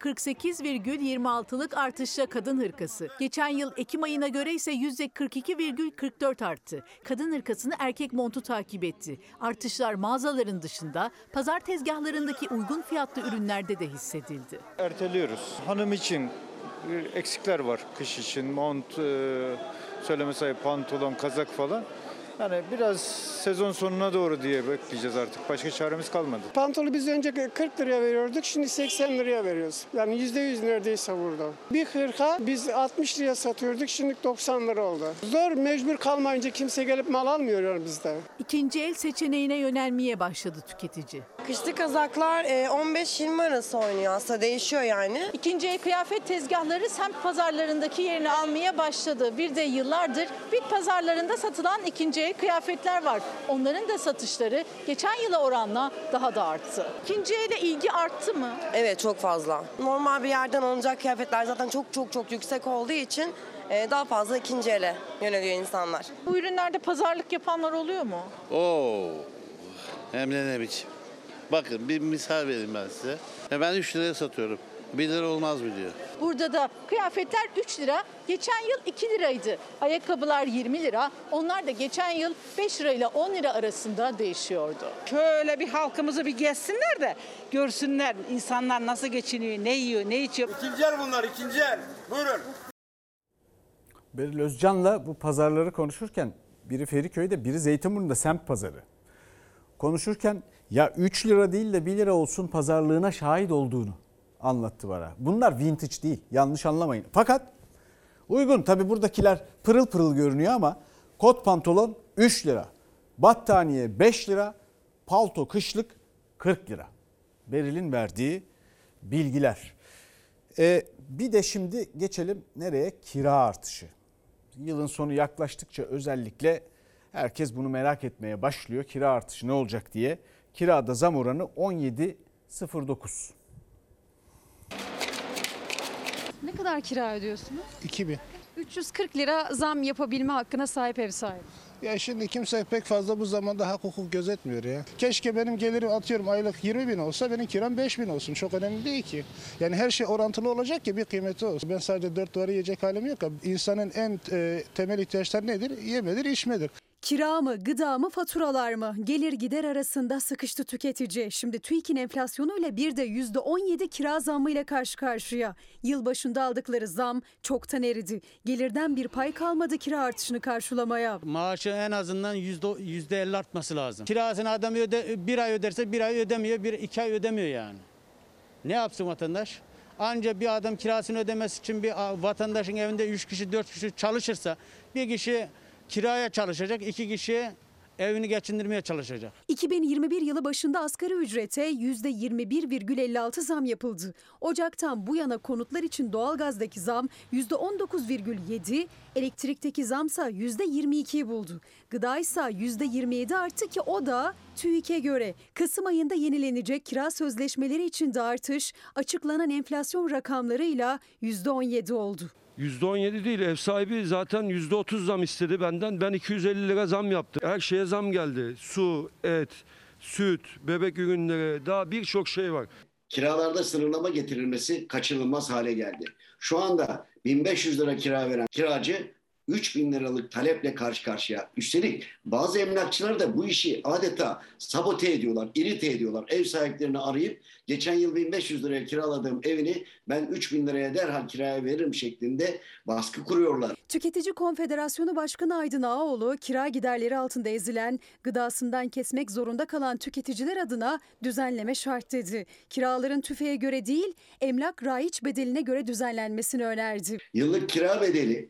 %48,26'lık artışla kadın hırkası. Geçen yıl Ekim ayına göre ise %42,44 arttı. Kadın hırkasını erkek montu takip etti. Artışlar mağazaların dışında pazar tezgahlarındaki uygun fiyatlı ürünlerde de hissedildi. Erteliyoruz. Hanım için eksikler var, kış için mont, söyleme sayıp pantolon, kazak falan. Yani biraz sezon sonuna doğru diye bekleyeceğiz artık. Başka çaremiz kalmadı. Pantolonu biz önce 40 liraya veriyorduk, şimdi 80 liraya veriyoruz. Yani %100 neredeyse burada. Bir hırka biz 60 liraya satıyorduk, şimdi 90 lira oldu. Zor, mecbur kalmayınca kimse gelip mal almıyor bizde. İkinci el seçeneğine yönelmeye başladı tüketici. Kışlık kazaklar 15-20 arası oynuyor, aslında değişiyor yani. İkinci el kıyafet tezgahları semt pazarlarındaki yerini almaya başladı. Bir de yıllardır bit pazarlarında satılan ikinci el kıyafetler var. Onların da satışları geçen yıla oranla daha da arttı. İkinci ele ilgi arttı mı? Evet, çok fazla. Normal bir yerden alınacak kıyafetler zaten çok yüksek olduğu için daha fazla ikinci ele yöneliyor insanlar. Bu ürünlerde pazarlık yapanlar oluyor mu? Hem de ne biçim. Bakın bir misal vereyim ben size. Ben 3 liraya satıyorum. 1 lira olmaz mı diyor. Burada da kıyafetler 3 lira, geçen yıl 2 liraydı. Ayakkabılar 20 lira, onlar da geçen yıl 5 lira ile 10 lira arasında değişiyordu. Şöyle bir halkımızı bir gezsinler de görsünler insanlar nasıl geçiniyor, ne yiyor, ne içiyor. İkinci el bunlar, ikinci el. Buyurun. Beril Özcan'la bu pazarları konuşurken biri Feriköy'de, biri Zeytinburnu'nda semt pazarı. Konuşurken ya 3 lira değil de 1 lira olsun pazarlığına şahit olduğunu anlattı bana. Bunlar vintage değil, yanlış anlamayın. Fakat uygun, tabii buradakiler pırıl pırıl görünüyor ama kot pantolon 3 lira, battaniye 5 lira, palto kışlık 40 lira. Beril'in verdiği bilgiler. Bir de şimdi geçelim nereye? Kira artışı. Yılın sonu yaklaştıkça özellikle herkes bunu merak etmeye başlıyor. Kira artışı ne olacak diye. Kirada zam oranı 17,09. Ne kadar kira ödüyorsunuz? 2000. 340 lira zam yapabilme hakkına sahip ev sahibi. Ya şimdi kimse pek fazla bu zamanda hak hukuk gözetmiyor ya. Keşke benim gelirim atıyorum aylık 20 bin olsa benim kiram 5 bin olsun. Çok önemli değil ki. Yani her şey orantılı olacak ki bir kıymeti olsun. Ben sadece 4 duvarı yiyecek halim yok. İnsanın en temel ihtiyaçları nedir? Yemedir, içmedir. Kira mı, gıda mı, faturalar mı? Gelir gider arasında sıkıştı tüketici. Şimdi TÜİK'in enflasyonuyla bir de %17 kira zammıyla karşı karşıya. Yılbaşında aldıkları zam çoktan eridi. Gelirden bir pay kalmadı kira artışını karşılamaya. Maaşı en azından %50 artması lazım. Kirasını adam bir ay öderse bir ay ödemiyor, 2 ay ödemiyor yani. Ne yapsın vatandaş? Anca bir adam kirasını ödemesi için bir vatandaşın evinde 3 kişi 4 kişi çalışırsa bir kişi kiraya çalışacak, 2 kişi evini geçindirmeye çalışacak. 2021 yılı başında asgari ücrete %21,56 zam yapıldı. Ocaktan bu yana konutlar için doğalgazdaki zam %19,7, elektrikteki zamsa %22'yi buldu. Gıda ise %27 arttı ki o da TÜİK'e göre. Kasım ayında yenilenecek kira sözleşmeleri için de artış açıklanan enflasyon rakamlarıyla %17 oldu. %17 değil, ev sahibi zaten %30 zam istedi benden. Ben 250 lira zam yaptım. Her şeye zam geldi. Su, et, süt, bebek ürünleri, daha birçok şey var. Kiralarda sınırlama getirilmesi kaçınılmaz hale geldi. Şu anda 1500 lira kira veren kiracı 3000 liralık taleple karşı karşıya. Üstelik bazı emlakçılar da bu işi adeta sabote ediyorlar, irite ediyorlar. Ev sahiplerini arayıp geçen yıl 1500 liraya kiraladığım evini ben 3000 liraya derhal kiraya veririm şeklinde baskı kuruyorlar. Tüketici Konfederasyonu Başkanı Aydın Ağaoğlu, kira giderleri altında ezilen, gıdasından kesmek zorunda kalan tüketiciler adına düzenleme şart dedi. Kiraların tüfeğe göre değil, emlak raiç bedeline göre düzenlenmesini önerdi. Yıllık kira bedeli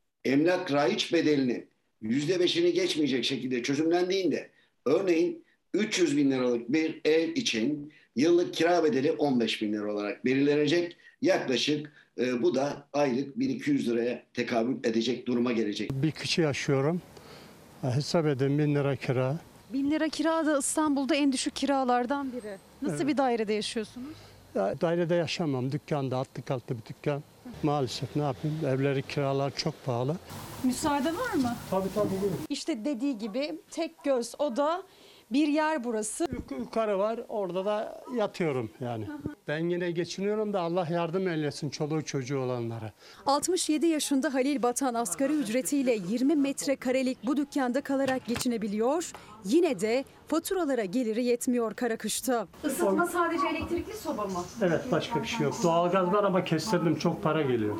emlak raiç bedelinin %5'ini geçmeyecek şekilde çözümlendiğinde, örneğin 300 bin liralık bir ev için yıllık kira bedeli 15 bin lira olarak belirlenecek. Yaklaşık bu da aylık 1200 liraya tekabül edecek duruma gelecek. Bir kişi yaşıyorum. Hesap edin 1000 lira kira. 1000 lira kira da İstanbul'da en düşük kiralardan biri. Nasıl Evet. bir dairede yaşıyorsunuz? Ya, dairede yaşamam. Dükkanda, altlı kalktı bir dükkan. Maalesef ne yapayım? Evleri kiralar çok pahalı. Müsaade var mı? Tabii buyurun. İşte dediği gibi tek göz oda bir yer burası. Yukarı var, orada da yatıyorum yani. Ben yine geçiniyorum da Allah yardım eylesin çoluğu çocuğu olanlara. 67 yaşında Halil Batan asgari ücretiyle 20 metrekarelik bu dükkanda kalarak geçinebiliyor. Yine de faturalara geliri yetmiyor kara kışta. Isıtma sadece elektrikli soba mı? Evet, başka bir şey yok. Doğalgaz var ama kestirdim, çok para geliyor.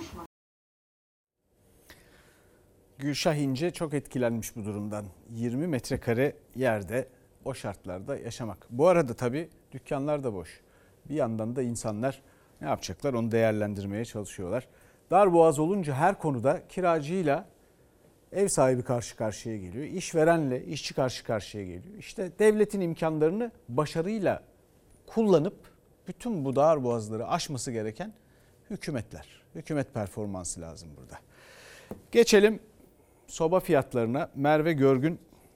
Gülşah İnce çok etkilenmiş bu durumdan. 20 metrekare yerde o şartlarda yaşamak. Bu arada tabii dükkanlar da boş. Bir yandan da insanlar ne yapacaklar onu değerlendirmeye çalışıyorlar. Darboğaz olunca her konuda kiracıyla ev sahibi karşı karşıya geliyor. İşverenle işçi karşı karşıya geliyor. İşte devletin imkanlarını başarıyla kullanıp bütün bu darboğazları aşması gereken hükümetler. Hükümet performansı lazım burada. Geçelim soba fiyatlarına. Merve Görgün,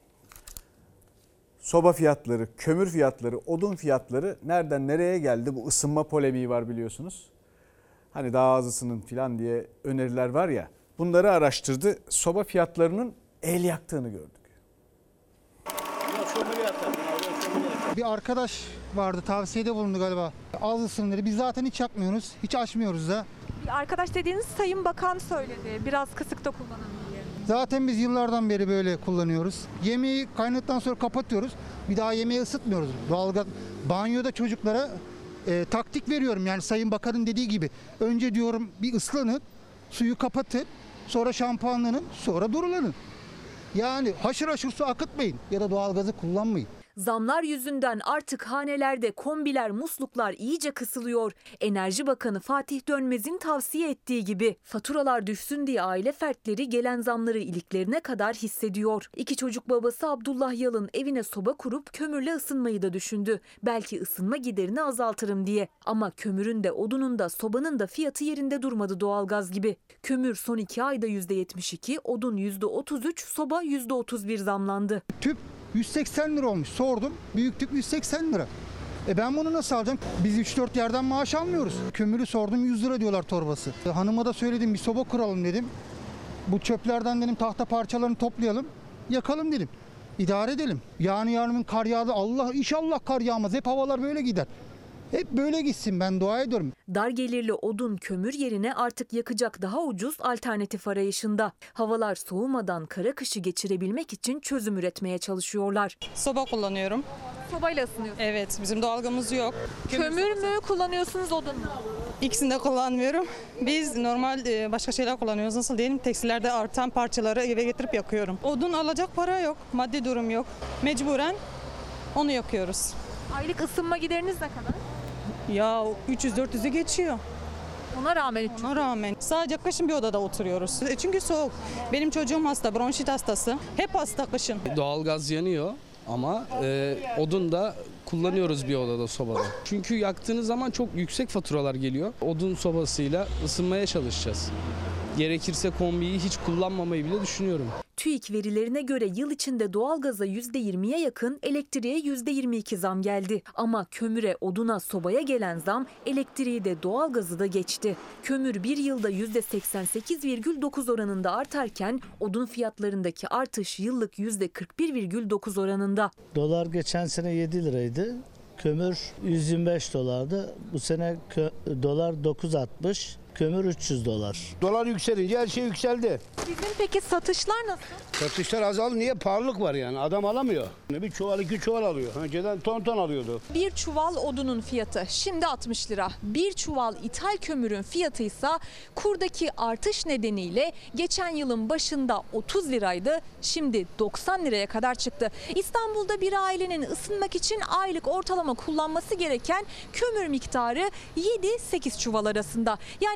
soba fiyatları, kömür fiyatları, odun fiyatları nereden nereye geldi? Bu ısınma polemiği var biliyorsunuz. Hani daha az ısının falan diye öneriler var ya. Bunları araştırdı. Soba fiyatlarının el yaktığını gördük. Bir arkadaş vardı, tavsiyede bulundu galiba. Az ısın dedi. Biz zaten hiç yakmıyoruz, hiç açmıyoruz da. Bir arkadaş dediğiniz Sayın Bakan söyledi. Biraz kısık da kullanın diye. Zaten biz yıllardan beri böyle kullanıyoruz. Yemeği kaynadıktan sonra kapatıyoruz. Bir daha yemeği ısıtmıyoruz. Doğalgaz, banyoda çocuklara taktik veriyorum. Yani Sayın Bakan'ın dediği gibi. Önce diyorum bir ıslanıp, suyu kapatıp, sonra şampuanlanın, sonra durulanın. Yani haşır haşır su akıtmayın ya da doğalgazı kullanmayın. Zamlar yüzünden artık hanelerde kombiler, musluklar iyice kısılıyor. Enerji Bakanı Fatih Dönmez'in tavsiye ettiği gibi faturalar düşsün diye aile fertleri gelen zamları iliklerine kadar hissediyor. 2 çocuk babası Abdullah Yalın evine soba kurup kömürle ısınmayı da düşündü. Belki ısınma giderini azaltırım diye. Ama kömürün de odunun da sobanın da fiyatı yerinde durmadı doğalgaz gibi. Kömür son 2 ayda %72, odun %33, soba %31 zamlandı. Tüp 180 lira olmuş. Sordum. Büyük tüp 180 lira. Ben bunu nasıl alacağım? Biz 3-4 yerden maaş almıyoruz. Kömürü sordum 100 lira diyorlar torbası. Hanıma da söyledim bir soba kuralım dedim. Bu çöplerden dedim tahta parçalarını toplayalım. Yakalım dedim. İdare edelim. Yarın kar yağdı. Allah inşallah kar yağmaz. Hep havalar böyle gider. Hep böyle gitsin, ben dua ediyorum. Dar gelirli odun, kömür yerine artık yakacak daha ucuz alternatif arayışında. Havalar soğumadan kara kışı geçirebilmek için çözüm üretmeye çalışıyorlar. Soba kullanıyorum. Sobayla ısınıyorsunuz. Evet, bizim doğalgazımız yok. Kömür mü kullanıyorsunuz, odun mu? İkisini de kullanmıyorum. Biz normal başka şeyler kullanıyoruz. Nasıl diyelim, tekstillerde artan parçaları eve getirip yakıyorum. Odun alacak para yok, maddi durum yok. Mecburen onu yakıyoruz. Aylık ısınma gideriniz ne kadar? Ya 300-400'ü geçiyor. Ona rağmen 300. Ona rağmen. Sadece kışın bir odada oturuyoruz. Çünkü soğuk. Benim çocuğum hasta, bronşit hastası. Hep hasta kışın. Doğalgaz yanıyor ama odun da kullanıyoruz bir odada, sobada. Çünkü yaktığınız zaman çok yüksek faturalar geliyor. Odun sobasıyla ısınmaya çalışacağız. Gerekirse kombiyi hiç kullanmamayı bile düşünüyorum. TÜİK verilerine göre yıl içinde doğalgaza %20'ye yakın, elektriğe %22 zam geldi. Ama kömüre, oduna, sobaya gelen zam elektriği de doğalgazı da geçti. Kömür bir yılda %88,9 oranında artarken odun fiyatlarındaki artış yıllık %41,9 oranında. Dolar geçen sene 7 liraydı. Kömür 125 dolardı. Bu sene dolar 9.60. Kömür 300 dolar. Dolar yükselince her şey yükseldi. Sizin peki satışlar nasıl? Satışlar azaldı. Niye? Pahalılık var yani. Adam alamıyor. Bir çuval 2 çuval alıyor. Önceden ton alıyordu. Bir çuval odunun fiyatı şimdi 60 lira. Bir çuval ithal kömürün fiyatı ise kurdaki artış nedeniyle geçen yılın başında 30 liraydı. Şimdi 90 liraya kadar çıktı. İstanbul'da bir ailenin ısınmak için aylık ortalama kullanması gereken kömür miktarı 7-8 çuval arasında. Yani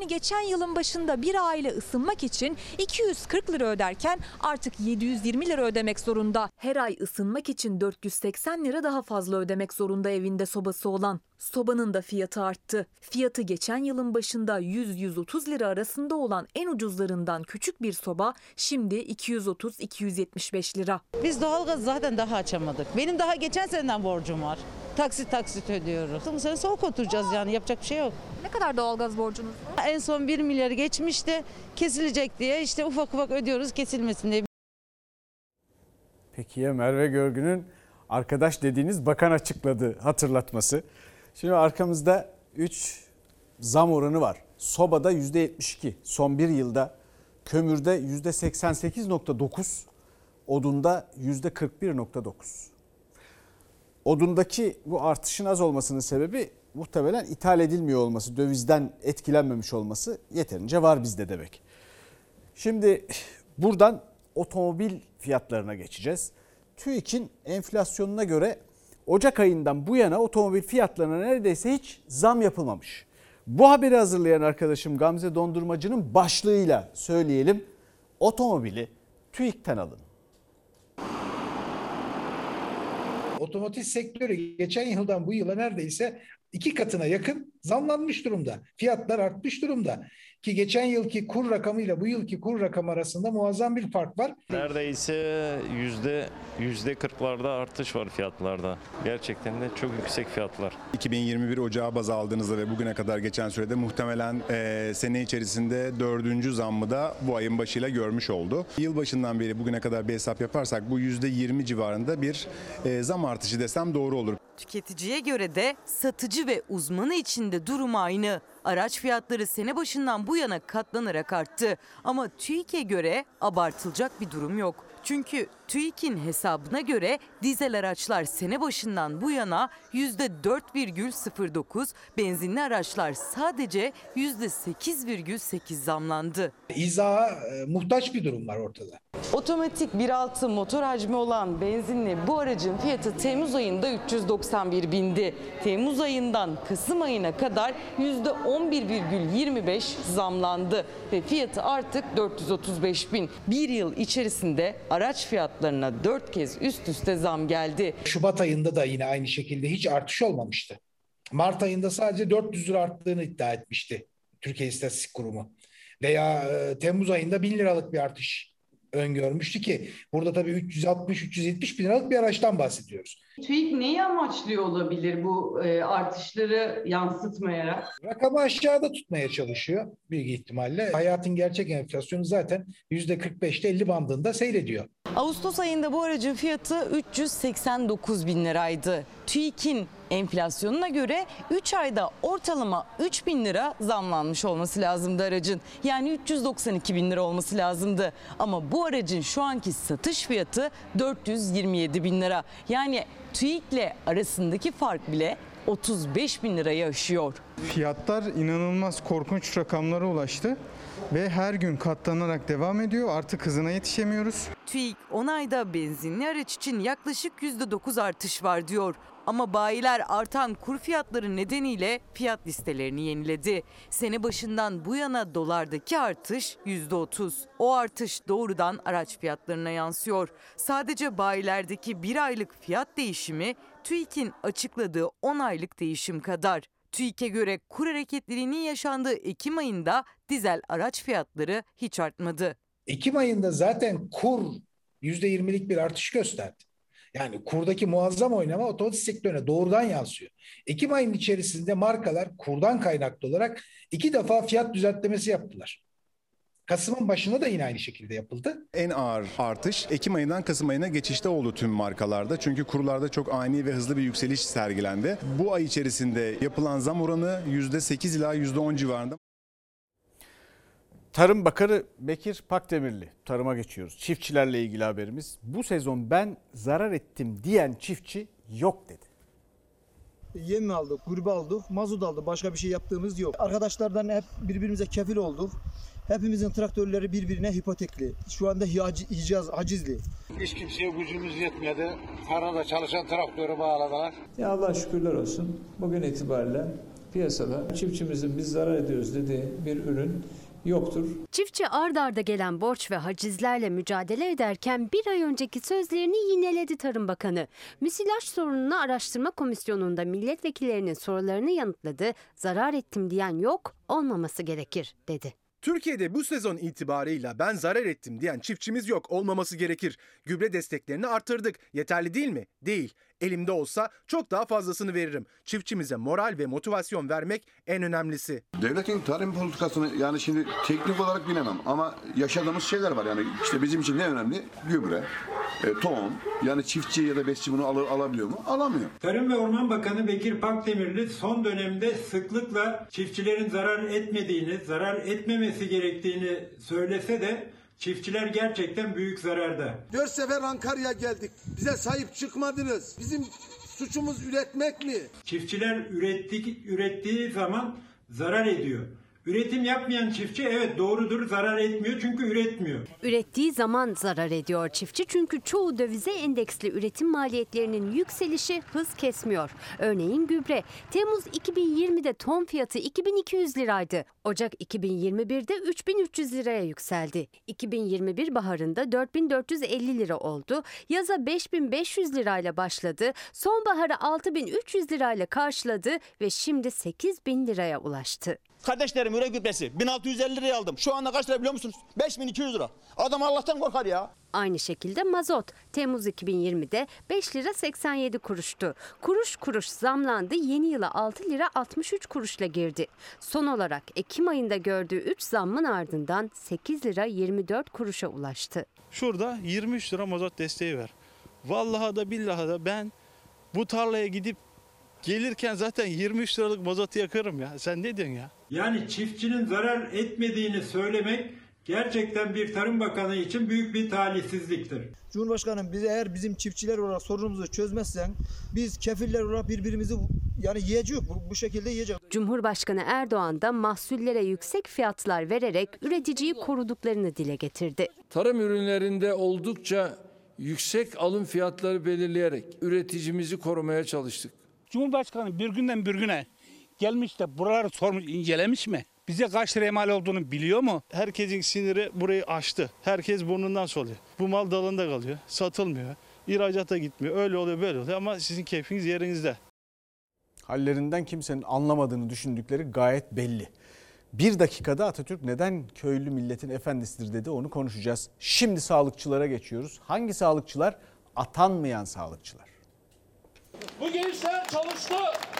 geçen yılın başında bir aile ısınmak için 240 lira öderken artık 720 lira ödemek zorunda. Her ay ısınmak için 480 lira daha fazla ödemek zorunda evinde sobası olan. Sobanın da fiyatı arttı. Fiyatı geçen yılın başında 100-130 lira arasında olan en ucuzlarından küçük bir soba şimdi 230-275 lira. Biz doğalgaz zaten daha açamadık. Benim daha geçen seneden borcum var. Taksit ödüyoruz. Bu sene soğuk oturacağız yani, yapacak bir şey yok. Ne kadar doğalgaz borcunuz var? En son 1 milyarı geçmişti, kesilecek diye işte ufak ufak ödüyoruz, kesilmesin diye. Peki ya Merve Görgün'ün arkadaş dediğiniz bakan açıkladı hatırlatması. Şimdi arkamızda 3 zam oranı var. Sobada %72 son bir yılda, kömürde %88.9, odunda %41.9. Odundaki bu artışın az olmasının sebebi muhtemelen ithal edilmiyor olması, dövizden etkilenmemiş olması, yeterince var bizde demek. Şimdi buradan otomobil fiyatlarına geçeceğiz. TÜİK'in enflasyonuna göre Ocak ayından bu yana otomobil fiyatlarına neredeyse hiç zam yapılmamış. Bu haberi hazırlayan arkadaşım Gamze Dondurmacı'nın başlığıyla söyleyelim. Otomobili TÜİK'ten alın. Otomotiv sektörü geçen yıldan bu yıla neredeyse 2 katına yakın zamlanmış durumda. Fiyatlar artmış durumda. Ki geçen yılki kur rakamıyla bu yılki kur rakamı arasında muazzam bir fark var. Neredeyse %40'larda artış var fiyatlarda. Gerçekten de çok yüksek fiyatlar. 2021 Ocağı baz aldığınızda ve bugüne kadar geçen sürede muhtemelen sene içerisinde 4. zammı da bu ayın başıyla görmüş oldu. Yılbaşından beri bugüne kadar bir hesap yaparsak bu %20 civarında bir zam artışı desem doğru olur. Tüketiciye göre de satıcı ve uzmanı için de durum aynı. Araç fiyatları sene başından bu yana katlanarak arttı. Ama TÜİK'e göre abartılacak bir durum yok. Çünkü TÜİK'in hesabına göre dizel araçlar sene başından bu yana %4,09, benzinli araçlar sadece %8,8 zamlandı. İzaha muhtaç bir durum var ortada. Otomatik 1.6 motor hacmi olan benzinli bu aracın fiyatı Temmuz ayında 391 bindi. Temmuz ayından Kasım ayına kadar %11,25 zamlandı ve fiyatı artık 435 bin. Bir yıl içerisinde araç fiyatlarına 4 kez üst üste zam geldi. Şubat ayında da yine aynı şekilde hiç artış olmamıştı. Mart ayında sadece 400 lira arttığını iddia etmişti Türkiye İstatistik Kurumu. Veya Temmuz ayında 1000 liralık bir artış öngörmüştü ki burada tabii 360-370 bin liralık bir araçtan bahsediyoruz. TÜİK neyi amaçlıyor olabilir bu artışları yansıtmayarak? Rakamı aşağıda tutmaya çalışıyor büyük ihtimalle. Hayatın gerçek enflasyonu zaten %45'te 50 bandında seyrediyor. Ağustos ayında bu aracın fiyatı 389 bin liraydı. TÜİK'in enflasyonuna göre 3 ayda ortalama 3 bin lira zamlanmış olması lazımdı aracın. Yani 392 bin lira olması lazımdı. Ama bu aracın şu anki satış fiyatı 427 bin lira. Yani TÜİK'le arasındaki fark bile 35 bin lirayı aşıyor. Fiyatlar inanılmaz korkunç rakamlara ulaştı ve her gün katlanarak devam ediyor. Artık hızına yetişemiyoruz. TÜİK 10 ayda benzinli araç için yaklaşık %9 artış var diyor. Ama bayiler artan kur fiyatları nedeniyle fiyat listelerini yeniledi. Sene başından bu yana dolardaki artış %30. O artış doğrudan araç fiyatlarına yansıyor. Sadece bayilerdeki bir aylık fiyat değişimi TÜİK'in açıkladığı 10 aylık değişim kadar. TÜİK'e göre kur hareketliliğinin yaşandığı Ekim ayında dizel araç fiyatları hiç artmadı. Ekim ayında zaten kur %20'lik bir artış gösterdi. Yani kurdaki muazzam oynama otomotiv sektörüne doğrudan yansıyor. Ekim ayının içerisinde markalar kurdan kaynaklı olarak 2 defa fiyat düzenlemesi yaptılar. Kasım'ın başında da yine aynı şekilde yapıldı. En ağır artış Ekim ayından Kasım ayına geçişte oldu tüm markalarda. Çünkü kurlarda çok ani ve hızlı bir yükseliş sergilendi. Bu ay içerisinde yapılan zam oranı %8 ila %10 civarında. Tarım Bakanı Bekir Pakdemirli, tarıma geçiyoruz. Çiftçilerle ilgili haberimiz. Bu sezon ben zarar ettim diyen çiftçi yok dedi. Yem aldık, gübre aldık, mazot aldık. Başka bir şey yaptığımız yok. Arkadaşlardan hep birbirimize kefil olduk. Hepimizin traktörleri birbirine hipotekli. Şu anda hacizli. Hiç kimseye gücümüz yetmedi. Tarlada çalışan traktörü bağladılar. Ya Allah şükürler olsun. Bugün itibariyle Piyasada çiftçimizin biz zarar ediyoruz dediği bir ürün yoktur. Çiftçi ard arda gelen borç ve hacizlerle mücadele ederken bir ay önceki sözlerini yineledi Tarım Bakanı. Müsilaj sorununu araştırma komisyonunda milletvekillerinin sorularını yanıtladı. Zarar ettim diyen yok, olmaması gerekir dedi. Türkiye'de bu sezon itibarıyla ben zarar ettim diyen çiftçimiz yok, olmaması gerekir. Gübre desteklerini arttırdık. Yeterli değil mi? Değil. Elimde olsa çok daha fazlasını veririm. Çiftçimize moral ve motivasyon vermek en önemlisi. Devletin tarım politikasını yani şimdi teknik olarak bilemem ama yaşadığımız şeyler var. Yani işte bizim için ne önemli? Gübre, tohum. Yani çiftçi ya da besçi bunu alabiliyor mu? Alamıyor. Tarım ve Orman Bakanı Bekir Pakdemirli son dönemde sıklıkla çiftçilerin zarar etmediğini, zarar etmemesi gerektiğini söylese de çiftçiler gerçekten büyük zararda. 4 sefer Ankara'ya geldik. Bize sahip çıkmadınız. Bizim suçumuz üretmek mi? Çiftçiler ürettiği zaman zarar ediyor. Üretim yapmayan çiftçi evet doğrudur zarar etmiyor çünkü üretmiyor. Ürettiği zaman zarar ediyor çiftçi çünkü çoğu dövize endeksli üretim maliyetlerinin yükselişi hız kesmiyor. Örneğin gübre. Temmuz 2020'de ton fiyatı 2200 liraydı. Ocak 2021'de 3300 liraya yükseldi. 2021 baharında 4450 lira oldu. Yaza 5500 lirayla başladı. Sonbaharı 6300 lirayla karşıladı ve şimdi 8000 liraya ulaştı. Kardeşlerim üre gübresi 1650 liraya aldım. Şu anda kaç lira biliyor musunuz? 5200 lira. Adam Allah'tan korkar ya. Aynı şekilde mazot Temmuz 2020'de 5 lira 87 kuruştu. Kuruş kuruş zamlandı, yeni yıla 6 lira 63 kuruşla girdi. Son olarak Ekim ayında gördüğü 3 zammın ardından 8 lira 24 kuruşa ulaştı. Şurada 23 lira mazot desteği ver. Vallahi da billahi da ben bu tarlaya gidip gelirken zaten 23 liralık mazotu yakarım ya. Sen ne diyorsun ya? Yani çiftçinin zarar etmediğini söylemek gerçekten bir Tarım Bakanı için büyük bir talihsizliktir. Cumhurbaşkanım bize eğer bizim çiftçiler olarak sorunumuzu çözmezsen biz kefiller olarak birbirimizi yani yiyeceğiz. Bu şekilde yiyeceğiz. Cumhurbaşkanı Erdoğan da mahsullere yüksek fiyatlar vererek üreticiyi koruduklarını dile getirdi. Tarım ürünlerinde oldukça yüksek alım fiyatları belirleyerek üreticimizi korumaya çalıştık. Cumhurbaşkanı bir günden bir güne gelmiş de buraları sormuş, incelemiş mi? Bize kaç liraya mal olduğunu biliyor mu? Herkesin siniri burayı aştı. Herkes burnundan soluyor. Bu mal dalında kalıyor, satılmıyor. İhracata gitmiyor. Öyle oluyor, böyle oluyor ama sizin keyfiniz yerinizde. Hallerinden kimsenin anlamadığını düşündükleri gayet belli. Bir dakikada Atatürk neden köylü milletin efendisidir dedi, onu konuşacağız. Şimdi sağlıkçılara geçiyoruz. Hangi sağlıkçılar? Atanmayan sağlıkçılar. Bu gençler çalıştı.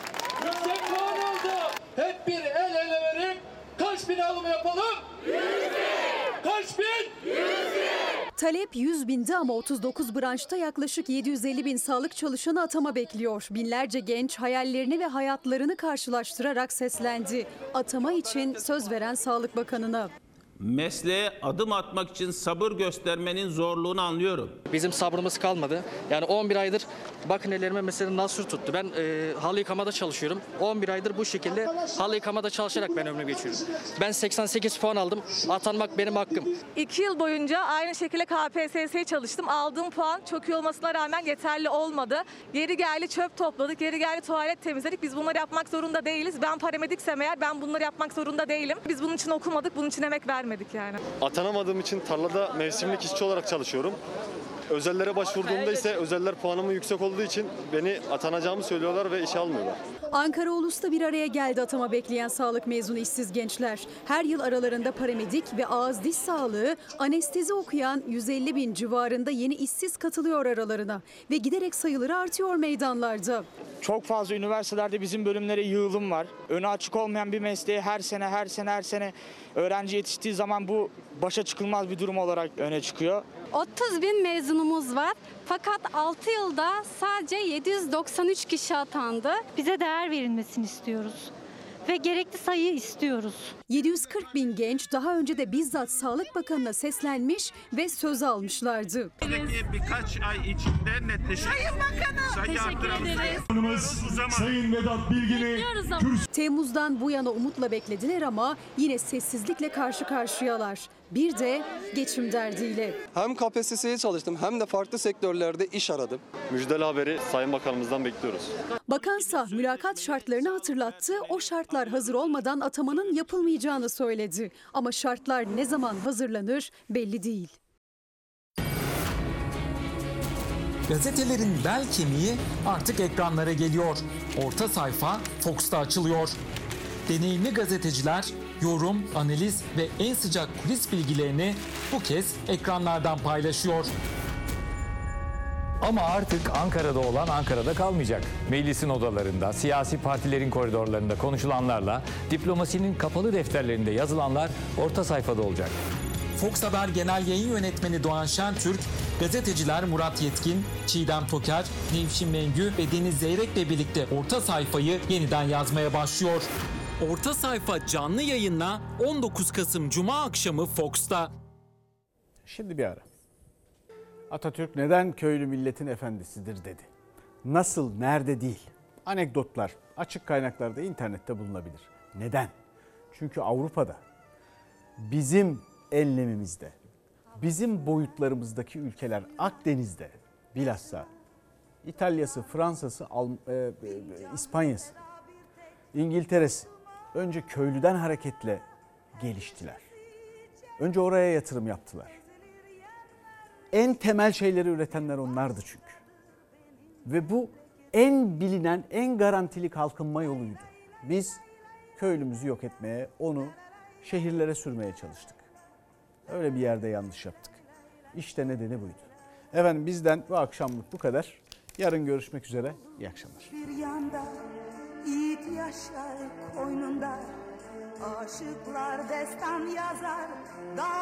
Yüksek puan aldı. Hep bir el ele verip kaç bin alım yapalım? 100 bin. Kaç bin? 100 bin. Talep 100 bindi ama 39 branşta yaklaşık 750 bin sağlık çalışanı atama bekliyor. Binlerce genç hayallerini ve hayatlarını karşılaştırarak seslendi. Atama için söz veren Sağlık Bakanı'na. Mesleğe adım atmak için sabır göstermenin zorluğunu anlıyorum. Bizim sabrımız kalmadı. Yani 11 aydır bakın ellerime mesela nasır tuttu. Ben halı yıkamada çalışıyorum. 11 aydır bu şekilde halı yıkamada çalışarak ben ömrümü geçiyorum. Ben 88 puan aldım. Atanmak benim hakkım. 2 yıl boyunca aynı şekilde KPSS'ye çalıştım. Aldığım puan çok iyi olmasına rağmen yeterli olmadı. Yeri geldi çöp topladık, yeri geldi tuvalet temizledik. Biz bunları yapmak zorunda değiliz. Ben paramediksem eğer ben bunları yapmak zorunda değilim. Biz bunun için okumadık, bunun için emek vermedik. Yani. Atanamadığım için tarlada mevsimlik işçi olarak çalışıyorum. Özellere başvurduğumda ise özeller puanımın yüksek olduğu için beni atanacağımı söylüyorlar ve işe almıyorlar. Ankara Ulus'ta bir araya geldi atama bekleyen sağlık mezunu işsiz gençler. Her yıl aralarında paramedik ve ağız diş sağlığı, anestezi okuyan 150 bin civarında yeni işsiz katılıyor aralarına. Ve giderek sayıları artıyor meydanlarda. Çok fazla üniversitelerde bizim bölümlere yığılım var. Önü açık olmayan bir mesleği her sene öğrenci yetiştiği zaman bu başa çıkılmaz bir durum olarak öne çıkıyor. 30 bin mezunumuz var. Fakat 6 yılda sadece 793 kişi atandı. Bize değer verilmesini istiyoruz ve gerekli sayı istiyoruz. 740 bin genç daha önce de bizzat Sağlık Bakanı'na seslenmiş ve söz almışlardı. Birkaç ay içinde netleşir. Sayın Bakanım. Teşekkür ederiz. Sayın Vedat Bilgin'i Temmuz'dan bu yana umutla beklediler ama yine sessizlikle karşı karşıyalar. Bir de geçim derdiyle. Hem KPSS'ye çalıştım hem de farklı sektörlerde iş aradım. Müjdeli haberi Sayın Bakanımızdan bekliyoruz. Bakansa mülakat şartlarını hatırlattı. O şartlar hazır olmadan atamanın yapılmayacağını söyledi. Ama şartlar ne zaman hazırlanır belli değil. Gazetelerin bel kemiği artık ekranlara geliyor. Orta sayfa Fox'ta açılıyor. Deneyimli gazeteciler yorum, analiz ve en sıcak kulis bilgilerini bu kez ekranlardan paylaşıyor. Ama artık Ankara'da olan Ankara'da kalmayacak. Meclisin odalarında, siyasi partilerin koridorlarında konuşulanlarla, diplomasinin kapalı defterlerinde yazılanlar orta sayfada olacak. Fox Haber Genel Yayın Yönetmeni Doğan Şentürk, gazeteciler Murat Yetkin, Çiğdem Toker, Nevşin Mengü ve Deniz Zeyrek'le birlikte orta sayfayı yeniden yazmaya başlıyor. Orta sayfa canlı yayınla 19 Kasım Cuma akşamı Fox'ta. Şimdi bir ara. Atatürk neden köylü milletin efendisidir dedi. Nasıl, nerede değil. Anekdotlar açık kaynaklarda, internette bulunabilir. Neden? Çünkü Avrupa'da, bizim enlemimizde, bizim boyutlarımızdaki ülkeler, Akdeniz'de bilhassa İtalya'sı, Fransa'sı, İspanya'sı, İngiltere'si önce köylüden hareketle geliştiler. Önce oraya yatırım yaptılar. En temel şeyleri üretenler onlardı çünkü. Ve bu en bilinen, en garantili kalkınma yoluydu. Biz köylümüzü yok etmeye, onu şehirlere sürmeye çalıştık. Öyle bir yerde yanlış yaptık. İşte nedeni buydu. Efendim bizden bu akşamlık bu kadar. Yarın görüşmek üzere. İyi akşamlar. Bir yanda yiğit yaşar koynunda, aşıklar destan yazar.